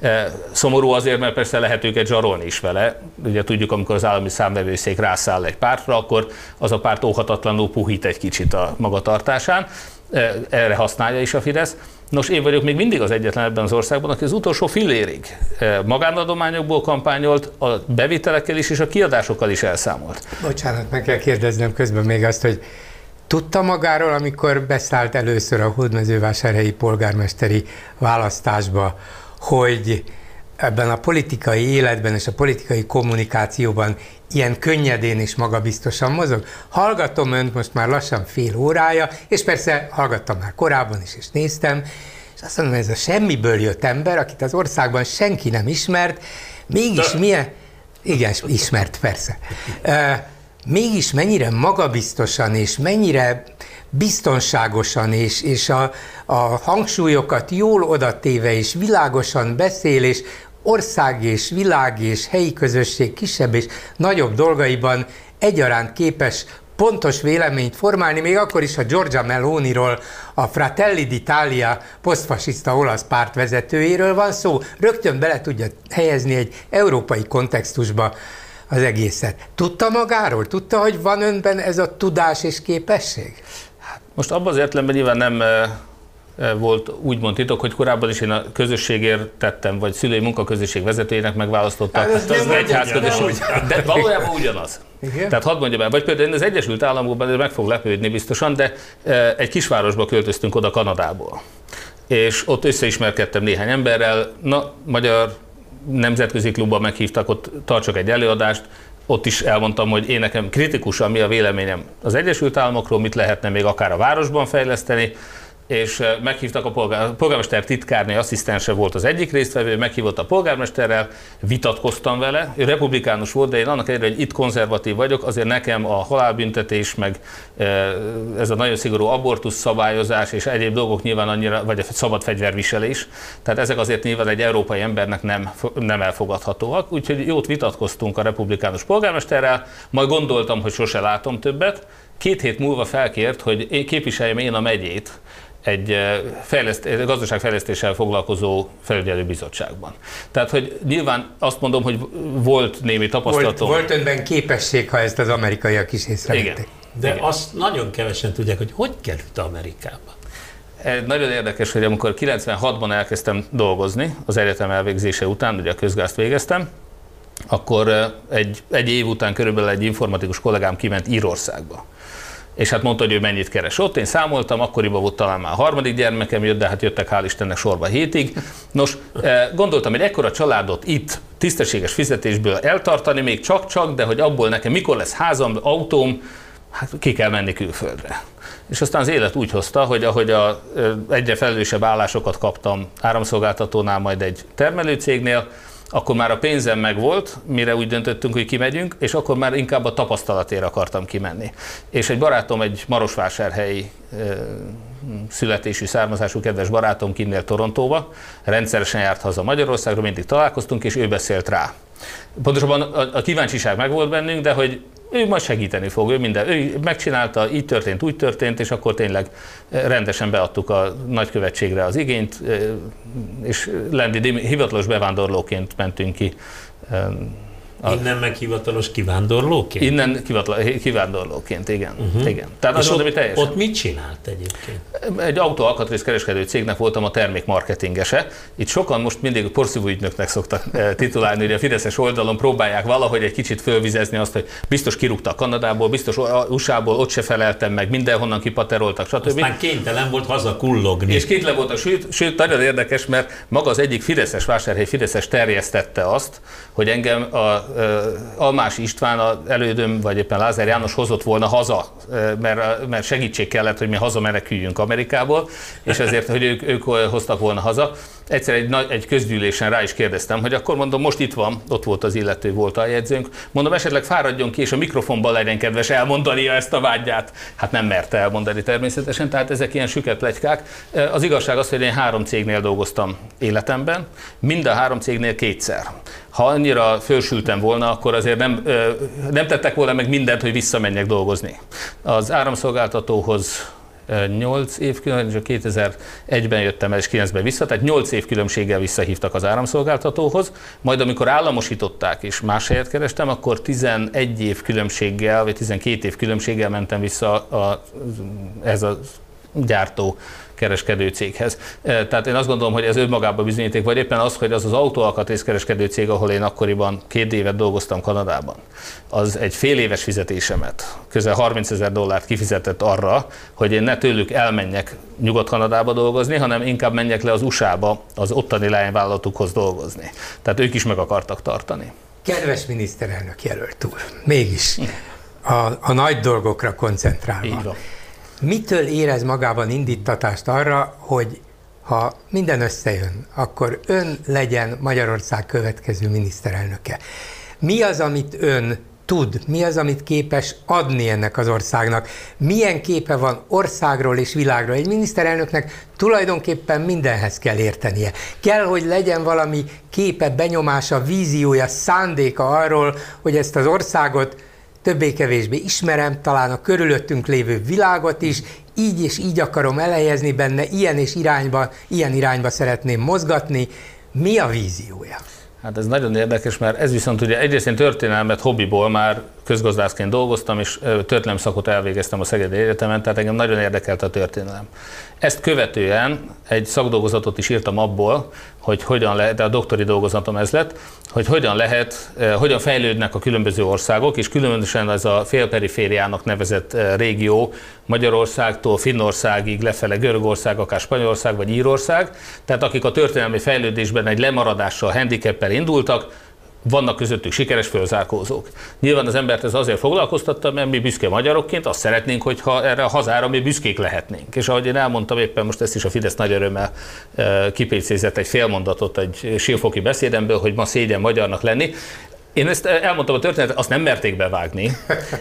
Szomorú azért, mert persze lehet őket zsarolni is vele. Ugye tudjuk, amikor az állami számvevőszék rászáll egy pártra, akkor az a párt óhatatlanul puhít egy kicsit a magatartásán. Erre használja is a Fidesz. Nos, én vagyok még mindig az egyetlen ebben az országban, aki az utolsó fillérig magánadományokból kampányolt, a bevételekkel is és a kiadásokkal is elszámolt. Bocsánat, meg kell kérdeznem közben még azt, hogy tudta magáról, amikor beszállt először a hódmezővásárhelyi polgármesteri választásba, hogy ebben a politikai életben és a politikai kommunikációban ilyen könnyedén és magabiztosan mozog? Hallgatom önt most már lassan fél órája, és persze hallgattam már korábban is, és néztem, és azt mondom, hogy ez a semmiből jött ember, akit az országban senki nem ismert, mégis milyen... Igen, ismert, persze. Mégis mennyire magabiztosan, és mennyire biztonságosan, és, és a, a hangsúlyokat jól odatéve, és világosan beszél, és ország és világ és helyi közösség kisebb és nagyobb dolgaiban egyaránt képes pontos véleményt formálni, még akkor is, ha Giorgia Meloniról, a Fratelli d'Italia posztfasiszta olasz párt vezetőjéről van szó, rögtön bele tudja helyezni egy európai kontextusba az egészet. Tudta magáról? Tudta, hogy van önben ez a tudás és képesség? Most abban az értelemben nyilván nem volt úgymond titok, hogy korábban is én a közösségért tettem, vagy szülői munkaközösség vezetőjének megválasztottak. Hát az az egyházközösség. De valójában ugyanaz. Igen? Tehát hadd mondjam el, vagy például én az Egyesült Államokban, ez meg fog lepődni biztosan, de egy kisvárosba költöztünk oda Kanadából. És ott összeismerkedtem néhány emberrel, na, magyar nemzetközi klubban meghívtak, ott tartsak egy előadást, ott is elmondtam, hogy én nekem kritikusan mi a véleményem az Egyesült Államokról, mit lehetne még akár a városban fejleszteni. és meghívtak a polgár, a polgármester titkárnő asszisztense volt az egyik résztvevő, meghívott a polgármesterrel, vitatkoztam vele, ő republikánus volt, de én annak ellenére, hogy itt konzervatív vagyok, azért nekem a halálbüntetés, meg ez a nagyon szigorú abortusz szabályozás és egyéb dolgok nyilván annyira, vagy a szabad fegyverviselés, tehát ezek azért nyilván egy európai embernek nem, nem elfogadhatóak, úgyhogy jót vitatkoztunk a republikánus polgármesterrel, majd gondoltam, hogy sose látom többet. Két hét múlva felkért, hogy én képviseljem én a megyét egy fejleszt, gazdaságfejlesztéssel foglalkozó felügyelőbizottságban. Tehát, hogy nyilván azt mondom, hogy volt némi tapasztalatom. Volt, volt önben képesség, ha ezt az amerikaiak is észrevették. De Igen. azt nagyon kevesen tudják, hogy hogy került Amerikába. Nagyon érdekes, hogy amikor kilencvenhatban elkezdtem dolgozni, az egyetem elvégzése után, ugye a közgázt végeztem, akkor egy, egy év után körülbelül egy informatikus kollégám kiment Írországba. És hát mondta, hogy ő mennyit keres ott. Én számoltam, akkoriban volt talán már a harmadik gyermekem jött, de hát jöttek hál' Istennek sorba hétig. Nos, gondoltam, hogy ekkora családot itt tisztességes fizetésből eltartani, még csak-csak, de hogy abból nekem mikor lesz házam, autóm, hát ki kell menni külföldre. És aztán az élet úgy hozta, hogy ahogy a, egyre felelősebb állásokat kaptam áramszolgáltatónál, majd egy termelőcégnél, akkor már a pénzem megvolt, mire úgy döntöttünk, hogy kimegyünk, és akkor már inkább a tapasztalatért akartam kimenni. És egy barátom, egy marosvásárhelyi e, születésű, származású kedves barátom kinnél Torontóba, rendszeresen járt haza Magyarországra, mindig találkoztunk, és ő beszélt rá. Pontosabban a, a kíváncsiság megvolt bennünk, de hogy ő majd segíteni fog, ő minden, ő megcsinálta, így történt, úgy történt, és akkor tényleg rendesen beadtuk a nagykövetségre az igényt, és lendi hivatalos bevándorlóként mentünk ki. A... Innen meg hivatalos kivándorlóként? Innen kivándorlóként, igen. Uh-huh. igen. Tehát és az ott, mondom, teljesen. ott mit csinált egyébként? Egy autóalkatrész kereskedő cégnek voltam a termékmarketingese. Itt sokan most mindig porszívó ügynöknek szoktak titulálni, hogy a fideszes oldalon próbálják valahogy egy kicsit fölvizezni azt, hogy biztos kirúgtak Kanadából, biztos u es á-ból, ott se feleltem meg, mindenhonnan kipateroltak, stb. Aztán kénytelen volt haza kullogni. És kénytelen voltak, sőt, sőt, nagyon érdekes, mert maga az egyik fideszes vásárhely fideszes terjesztette azt, hogy engem a Almási István, az elődöm, vagy éppen Lázár János hozott volna haza, mert, mert segítség kellett, hogy mi hazameneküljünk Amerikából, és ezért, hogy ők, ők hoztak volna haza. Egyszer egy, egy közgyűlésen rá is kérdeztem, hogy akkor mondom, most itt van, ott volt az illető, volt a jegyzőnk, mondom, esetleg fáradjon ki, és a mikrofonban legyen kedves elmondania ezt a vágyát. Hát nem merte elmondani természetesen, tehát ezek ilyen süket pletykák. Az igazság az, hogy én három cégnél dolgoztam életemben, mind a három cégnél kétszer. Ha annyira fölsültem volna, akkor azért nem, nem tettek volna meg mindent, hogy visszamenjek dolgozni. Az áramszolgáltatóhoz nyolc év különbséggel, kétezer-egyben jöttem el, és kilencben vissza, tehát nyolc év különbséggel visszahívtak az áramszolgáltatóhoz, majd amikor államosították és más helyet kerestem, akkor tizenegy év különbséggel, vagy tizenkét év különbséggel mentem vissza a, ez a gyártó kereskedő céghez. Tehát én azt gondolom, hogy ez önmagában bizonyíték, vagy éppen az, hogy az az autóalkatrész kereskedő cég, ahol én akkoriban két évet dolgoztam Kanadában, az egy fél éves fizetésemet, közel harmincezer dollárt kifizetett arra, hogy én ne tőlük elmenjek Nyugat-Kanadába dolgozni, hanem inkább menjek le az u es á-ba az ottani leányvállalatukhoz dolgozni. Tehát ők is meg akartak tartani. Kedves miniszterelnök jelölt úr, mégis a, a nagy dolgokra koncentrálva. Mitől érez magában indítatást arra, hogy ha minden összejön, akkor ön legyen Magyarország következő miniszterelnöke? Mi az, amit ön tud, mi az, amit képes adni ennek az országnak? Milyen képe van országról és világról? Egy miniszterelnöknek tulajdonképpen mindenhez kell értenie. Kell, hogy legyen valami képe, benyomása, víziója, szándéka arról, hogy ezt az országot többé-kevésbé ismerem, talán a körülöttünk lévő világot is, így és így akarom elhelyezni benne, ilyen és irányba, ilyen irányba szeretném mozgatni. Mi a víziója? Hát ez nagyon érdekes, mert ez viszont ugye egyrészt én történelmet hobbiból már közgazdászként dolgoztam, és történelem szakot elvégeztem a Szegedi Egyetemen, tehát engem nagyon érdekelt a történelem. Ezt követően egy szakdolgozatot is írtam abból, hogy hogyan lehet, de a doktori dolgozatom ez lett, hogy hogyan lehet, hogyan fejlődnek a különböző országok, és különösen ez a félperifériának nevezett régió Magyarországtól Finnországig, lefele Görögország, akár Spanyolország vagy Írország, tehát akik a történelmi fejlődésben egy lemaradással, handicappel indultak, vannak közöttük sikeres fölzárkózók. Nyilván az embert ez azért foglalkoztatta, mert mi büszke magyarokként azt szeretnénk, hogyha erre a hazára mi büszkék lehetnénk. És ahogy én elmondtam, éppen most ezt is a Fidesz nagy örömmel kipécézett egy félmondatot egy siófoki beszédemből, hogy ma szégyen magyarnak lenni. Én ezt elmondtam a történetet, azt nem merték bevágni.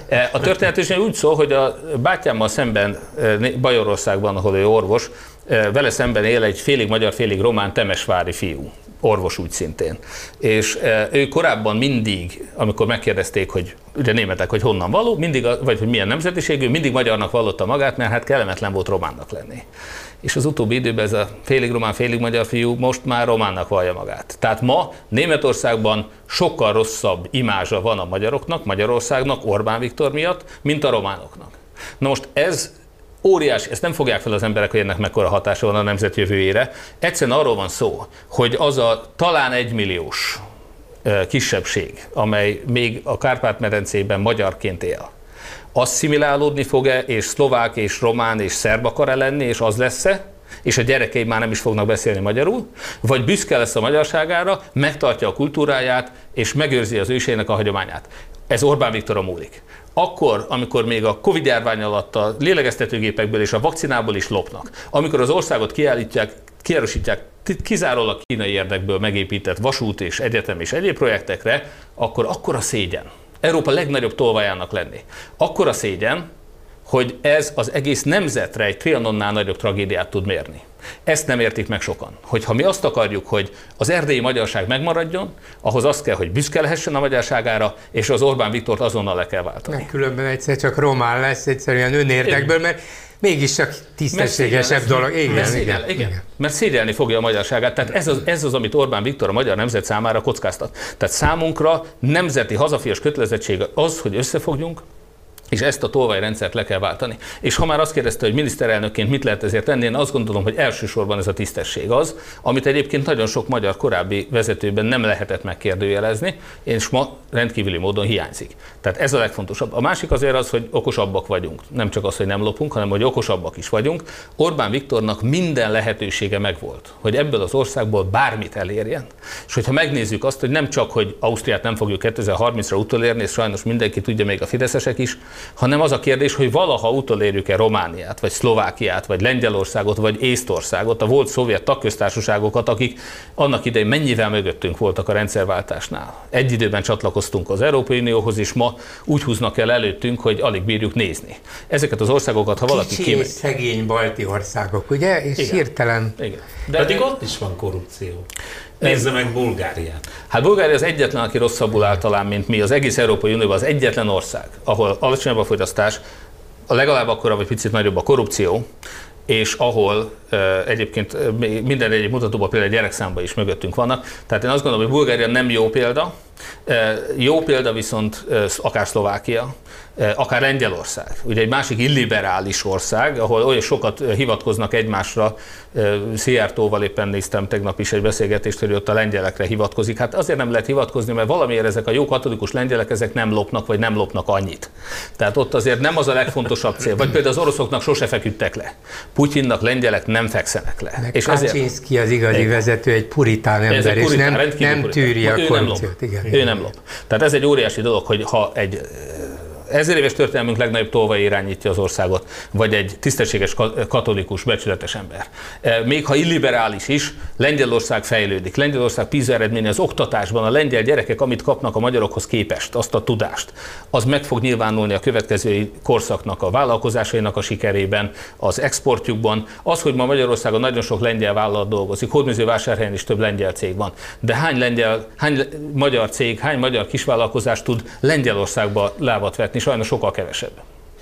A történet is úgy szól, hogy a bátyámmal szemben Bajorországban, ahol ő orvos, vele szemben él egy félig magyar, félig román temesvári fiú. Orvos úgy szintén. És ő korábban mindig, amikor megkérdezték, hogy ugye németek, hogy honnan való, mindig, vagy hogy milyen nemzetiségű, mindig magyarnak vallotta magát, mert hát kellemetlen volt románnak lenni. És az utóbbi időben ez a félig román, félig magyar fiú most már románnak vallja magát. Tehát ma Németországban sokkal rosszabb imázsa van a magyaroknak, Magyarországnak, Orbán Viktor miatt, mint a románoknak. Na most ez óriási, ezt nem fogják fel az emberek, hogy ennek mekkora hatása van a nemzet jövőjére. Egyszerűen arról van szó, hogy az a talán egymilliós kisebbség, amely még a Kárpát-medencében magyarként él, asszimilálódni fog-e, és szlovák, és román, és szerb akar-e lenni, és az lesz-e, és a gyerekei már nem is fognak beszélni magyarul, vagy büszke lesz a magyarságára, megtartja a kultúráját, és megőrzi az őseinek a hagyományát. Ez Orbán Viktoron múlik. Akkor, amikor még a Covid-járvány alatt a lélegeztetőgépekből és a vakcinából is lopnak, amikor az országot kiállítják, kiárusítják kizárólag kínai érdekből megépített vasút és egyetem és egyéb projektekre, akkor akkora szégyen. Európa legnagyobb tolvajának lenni. Akkora szégyen, hogy ez az egész nemzetre egy trianonnál nagyobb tragédiát tud mérni. Ezt nem értik meg sokan. Hogyha mi azt akarjuk, hogy az erdélyi magyarság megmaradjon, ahhoz az kell, hogy büszke lehessen a magyarságára, és az Orbán Viktort azonnal le kell váltani. Meg különben egyszer csak román lesz, egyszerűen önérdekből, mert mégis csak tisztességesebb dolog. Igen, mert igen, szégyel, igen. igen. Mert szégyelni fogja a magyarságát. Tehát ez az, ez az, amit Orbán Viktor a magyar nemzet számára kockáztat. Tehát számunkra nemzeti hazafias kötelezettség az, hogy összefogjunk, és ezt a tolvajrendszert le kell váltani. És ha már azt kérdezte, hogy miniszterelnökként mit lehet ezért tenni, én azt gondolom, hogy elsősorban ez a tisztesség az, amit egyébként nagyon sok magyar korábbi vezetőben nem lehetett megkérdőjelezni, és ma rendkívüli módon hiányzik. Tehát ez a legfontosabb. A másik azért az, hogy okosabbak vagyunk. Nem csak az, hogy nem lopunk, hanem hogy okosabbak is vagyunk. Orbán Viktornak minden lehetősége megvolt, hogy ebből az országból bármit elérjen. És hogyha megnézzük azt, hogy nem csak, hogy Ausztriát nem fogjuk kétezer-harmincra utolérni, és sajnos mindenki tudja, még a fideszesek is, hanem az a kérdés, hogy valaha utolérjük-e Romániát, vagy Szlovákiát, vagy Lengyelországot, vagy Észtországot, a volt szovjet tagköztársaságokat, akik annak idején mennyivel mögöttünk voltak a rendszerváltásnál. Egy időben csatlakoztunk az Európai Unióhoz, és ma úgy húznak el előttünk, hogy alig bírjuk nézni. Ezeket az országokat, ha valaki kicsi kimegy... szegény balti országok, ugye? És Igen. hirtelen... Igen. De pedig ott is van korrupció. Nézze meg Bulgáriát. Hát Bulgária az egyetlen, aki rosszabbul áll talán, mint mi. Az egész Európai Unióban az egyetlen ország, ahol alacsonyabb a fogyasztás, a legalább akkora vagy picit nagyobb a korrupció, és ahol uh, egyébként minden egyéb mutatóban például gyerekszámban is mögöttünk vannak. Tehát én azt gondolom, hogy Bulgária nem jó példa. Uh, jó példa viszont uh, akár Szlovákia, uh, akár Lengyelország. Ugye egy másik illiberális ország, ahol olyan sokat uh, hivatkoznak egymásra. uh, Szijjártóval éppen néztem tegnap is egy beszélgetést, hogy ott a lengyelekre hivatkozik. Hát azért nem lehet hivatkozni, mert valamiért ezek a jó katolikus lengyelek, ezek nem lopnak, vagy nem lopnak annyit. Tehát ott azért nem az a legfontosabb cél. Vagy például az oroszoknak sose feküdtek le. Putyinnak lengyelek nem fekszenek le. Meg és Kaczynszki az igazi igen. vezető, egy puritán ember, és puritán, nem, nem tűri a korrupciót. Igen, ő igen. nem lop. Tehát ez egy óriási dolog, hogy ha egy ezer éves történelmünk legnagyobb tolvaj irányítja az országot, vagy egy tisztességes katolikus, becsületes ember. Még ha illiberális is, Lengyelország fejlődik. Lengyelország PISA eredménye az oktatásban, a lengyel gyerekek, amit kapnak a magyarokhoz képest, azt a tudást, az meg fog nyilvánulni a következő korszaknak a vállalkozásainak a sikerében, az exportjukban. Az, hogy ma Magyarországon nagyon sok lengyel vállalat dolgozik, Hódmezővásárhelyen is több lengyel cég van, de hány, lengyel, hány magyar cég, hány magyar kisvállalkozás tud Lengyelországba lábat vetni? Sajnos sokkal kevesebb.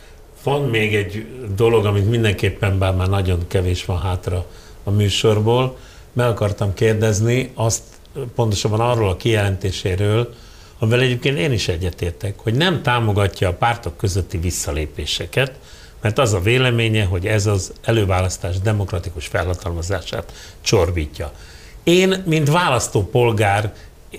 Van még egy dolog, amit mindenképpen, bár már nagyon kevés van hátra a műsorból, meg akartam kérdezni azt pontosabban arról a kijelentéséről, amivel egyébként én is egyetértek, hogy nem támogatja a pártok közötti visszalépéseket, mert az a véleménye, hogy ez az előválasztás demokratikus felhatalmazását csorbítja. Én, mint választópolgár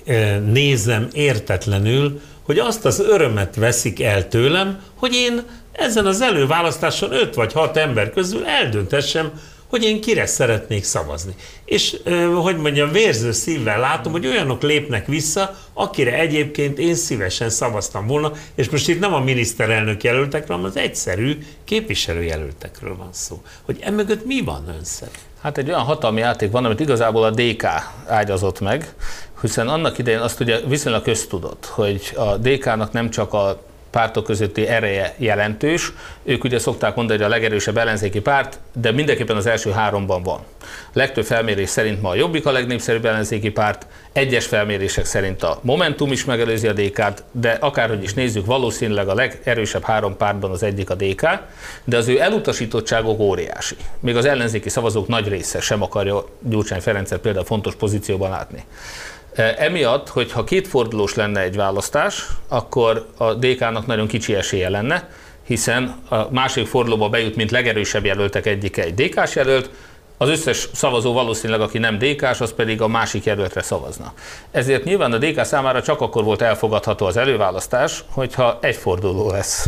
nézem értetlenül, hogy azt az örömet veszik el tőlem, hogy én ezen az előválasztáson öt vagy hat ember közül eldöntessem, hogy én kire szeretnék szavazni. És, hogy mondjam, vérző szívvel látom, hogy olyanok lépnek vissza, akire egyébként én szívesen szavaztam volna, és most itt nem a miniszterelnök jelöltekről, hanem az egyszerű képviselőjelöltekről van szó. Hogy emögött mi van ön szerint? Hát egy olyan hatalmi játék van, amit igazából a dé ká ágyazott meg, hiszen annak idején azt ugye viszonylag köztudott, hogy a dé ká-nak nem csak a pártok közötti ereje jelentős, ők ugye szokták mondani, hogy a legerősebb ellenzéki párt, de mindenképpen az első háromban van. A legtöbb felmérés szerint ma a Jobbik a legnépszerűbb ellenzéki párt, egyes felmérések szerint a Momentum is megelőzi a dé ká-t, de akárhogy is nézzük, valószínűleg a legerősebb három pártban az egyik a dé ká, de az ő elutasítottságok óriási. Még az ellenzéki szavazók nagy része sem akarja Gyurcsány Ferencet például fontos pozícióban látni. Emiatt, hogyha kétfordulós lenne egy választás, akkor a dé ká-nak nagyon kicsi esélye lenne, hiszen a második fordulóba bejut, mint legerősebb jelöltek egyike egy dé ká-s jelölt, az összes szavazó valószínűleg, aki nem dé ká-s, az pedig a másik jelöltre szavazna. Ezért nyilván a dé ká számára csak akkor volt elfogadható az előválasztás, hogyha egyforduló lesz.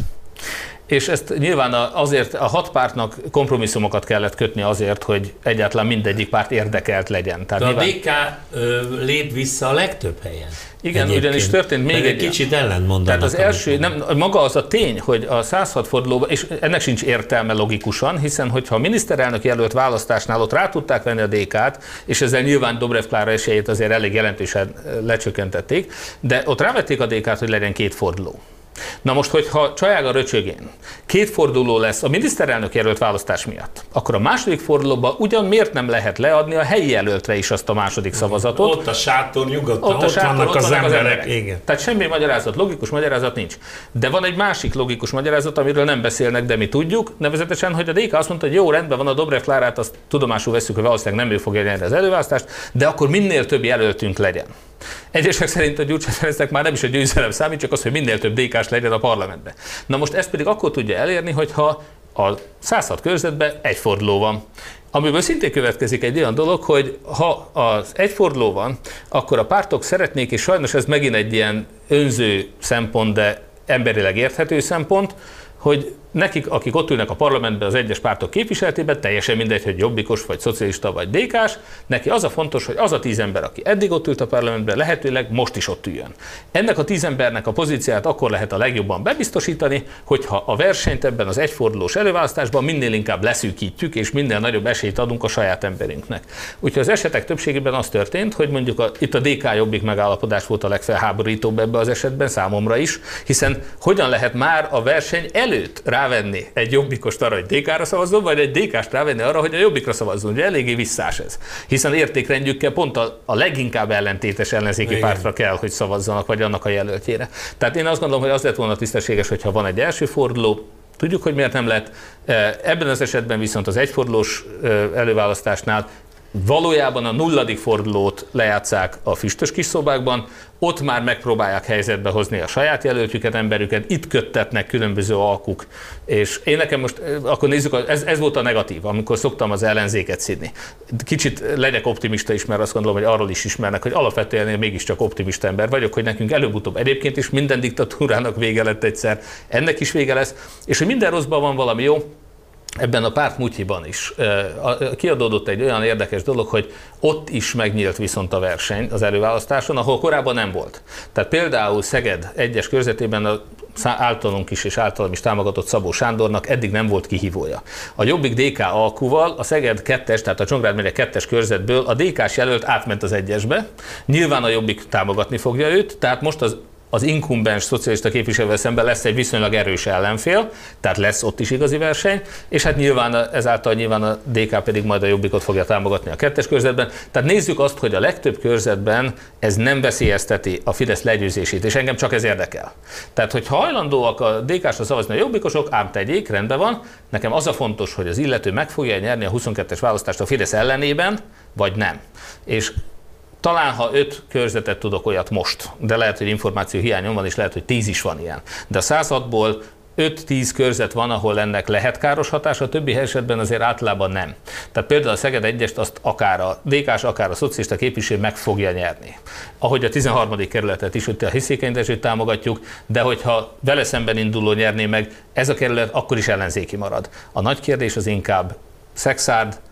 És ezt nyilván azért a hat pártnak kompromisszumokat kellett kötni azért, hogy egyáltalán mindegyik párt érdekelt legyen. Tehát de nyilván... a dé ká ö, lép vissza a legtöbb helyen. Igen, egyébként. Ugyanis történt még egy, egy kicsit ellentmondanak. Tehát az első, nem, maga az a tény, hogy a száz hat fordulóban, és ennek sincs értelme logikusan, hiszen hogyha a miniszterelnök jelölt választásnál ott rá tudták venni a dé ká-t, és ezzel nyilván Dobrev Klára esélyét azért elég jelentősen lecsökkentették, de ott rávették a dé ká-t, hogy legyen két forduló. Na most, hogyha Csajága röcsögén két forduló lesz a miniszterelnök jelölt választás miatt, akkor a második fordulóban ugyan miért nem lehet leadni a helyi jelöltre is azt a második szavazatot? Ott a sátor nyugodtan, ott, ott, sátor, vannak ott az, vannak emberek. az emberek. Igen. Tehát semmi magyarázat, logikus magyarázat nincs. De van egy másik logikus magyarázat, amiről nem beszélnek, de mi tudjuk, nevezetesen, hogy a dé ká azt mondta, hogy jó, rendben van, a Dobrev Klárát, azt tudomásul veszük, hogy valószínűleg nem ő fogja nyerni az előválasztást, de akkor minél több jelöltünk legyen. Egyesek szerint a Gyurcsány Ferencnek már nem is a győzelem számít, csak az, hogy minél több dé ká-s legyen a parlamentben. Na most ezt pedig akkor tudja elérni, hogyha a száz hat körzetben egy forduló van. Amiből szintén következik egy olyan dolog, hogy ha az egy forduló van, akkor a pártok szeretnék, és sajnos ez megint egy ilyen önző szempont, de emberileg érthető szempont, hogy nekik, akik ott ülnek a parlamentben az egyes pártok képviseletében, teljesen mindegy, hogy jobbikos, vagy szocialista, vagy dé ká-s, neki az a fontos, hogy az a tíz ember, aki eddig ott ült a parlamentben, lehetőleg most is ott üljön. Ennek a tíz embernek a pozíciát akkor lehet a legjobban bebiztosítani, hogyha a versenyt ebben az egyfordulós előválasztásban minél inkább leszűkítjük, és minél nagyobb esélyt adunk a saját emberünknek. Úgyhogy az esetek többségében az történt, hogy mondjuk a, itt a dé ká-jobbik megállapodás volt a legfelháborítóbb ebbe az esetben számomra is, hiszen hogyan lehet már a verseny előtt rávenni egy jobbikost arra, hogy dé ká-ra szavazzon, vagy egy dé ká-st rávenni arra, hogy a jobbikra szavazzon. Ugye eléggé visszás ez. Hiszen értékrendjükkel pont a, a leginkább ellentétes ellenzéki Igen. pártra kell, hogy szavazzanak, vagy annak a jelöltjére. Tehát én azt gondolom, hogy az lett volna tisztességes, hogyha van egy első forduló, tudjuk, hogy miért nem lett. Ebben az esetben viszont az egyfordulós előválasztásnál valójában a nulladik fordulót lejátsszák a füstös kis szobákban, ott már megpróbálják helyzetbe hozni a saját jelöltjüket, emberüket, itt köttetnek különböző alkuk. És én nekem most, akkor nézzük, ez, ez volt a negatív, amikor szoktam az ellenzéket szidni. Kicsit legyek optimista is, mert azt gondolom, hogy arról is ismernek, hogy alapvetően én mégiscsak optimista ember vagyok, hogy nekünk előbb-utóbb egyébként is minden diktatúrának vége lett egyszer, ennek is vége lesz, és hogy minden rosszban van valami jó. Ebben a párt mutyiban is kiadódott egy olyan érdekes dolog, hogy ott is megnyílt viszont a verseny az előválasztáson, ahol korábban nem volt. Tehát például Szeged egyes körzetében a általunk is és általam is támogatott Szabó Sándornak eddig nem volt kihívója. A Jobbik dé ká alkuval a Szeged kettes, tehát a Csongrád megye kettes körzetből a dé ká-s jelölt átment az egyesbe. Nyilván a Jobbik támogatni fogja őt, tehát most az az inkumbens szocialista képviselővel szemben lesz egy viszonylag erős ellenfél, tehát lesz ott is igazi verseny, és hát nyilván ezáltal nyilván a dé ká pedig majd a Jobbikot fogja támogatni a kettes körzetben. Tehát nézzük azt, hogy a legtöbb körzetben ez nem veszélyezteti a Fidesz legyőzését, és engem csak ez érdekel. Tehát, hogy hajlandóak a dé ká-sra szavazni a jobbikosok, ám tegyék, rendben van, nekem az a fontos, hogy az illető meg fogja nyerni a huszonkettes választást a Fidesz ellenében, vagy nem. És talán, ha öt körzetet tudok olyat most, de lehet, hogy információ hiányom van, és lehet, hogy tíz is van ilyen. De a száz hatból öt-tíz körzet van, ahol ennek lehet káros hatása, a többi esetben azért általában nem. Tehát például a Szeged egyest azt akár a dé ká-s, akár a szocialista képviselő meg fogja nyerni. Ahogy a tizenharmadik kerületet is, hogy a Hiszékeny Dezsőt támogatjuk, de hogyha vele szemben induló nyerné meg, ez a kerület akkor is ellenzéki marad. A nagy kérdés az inkább Szekszárd,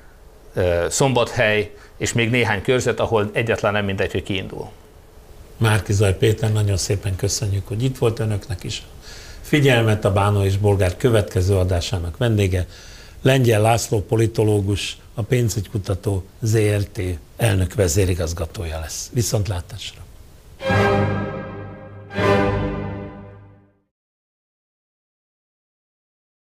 Szombathely, és még néhány körzet, ahol egyáltalán nem mindegy, hogy kiindul. Márki-Zay Péter, nagyon szépen köszönjük, hogy itt volt önöknek is. Figyelmet, a Bánó és Bolgár következő adásának vendége, Lengyel László politológus, a Pénzügykutató zé er té elnök vezérigazgatója lesz. Viszontlátásra!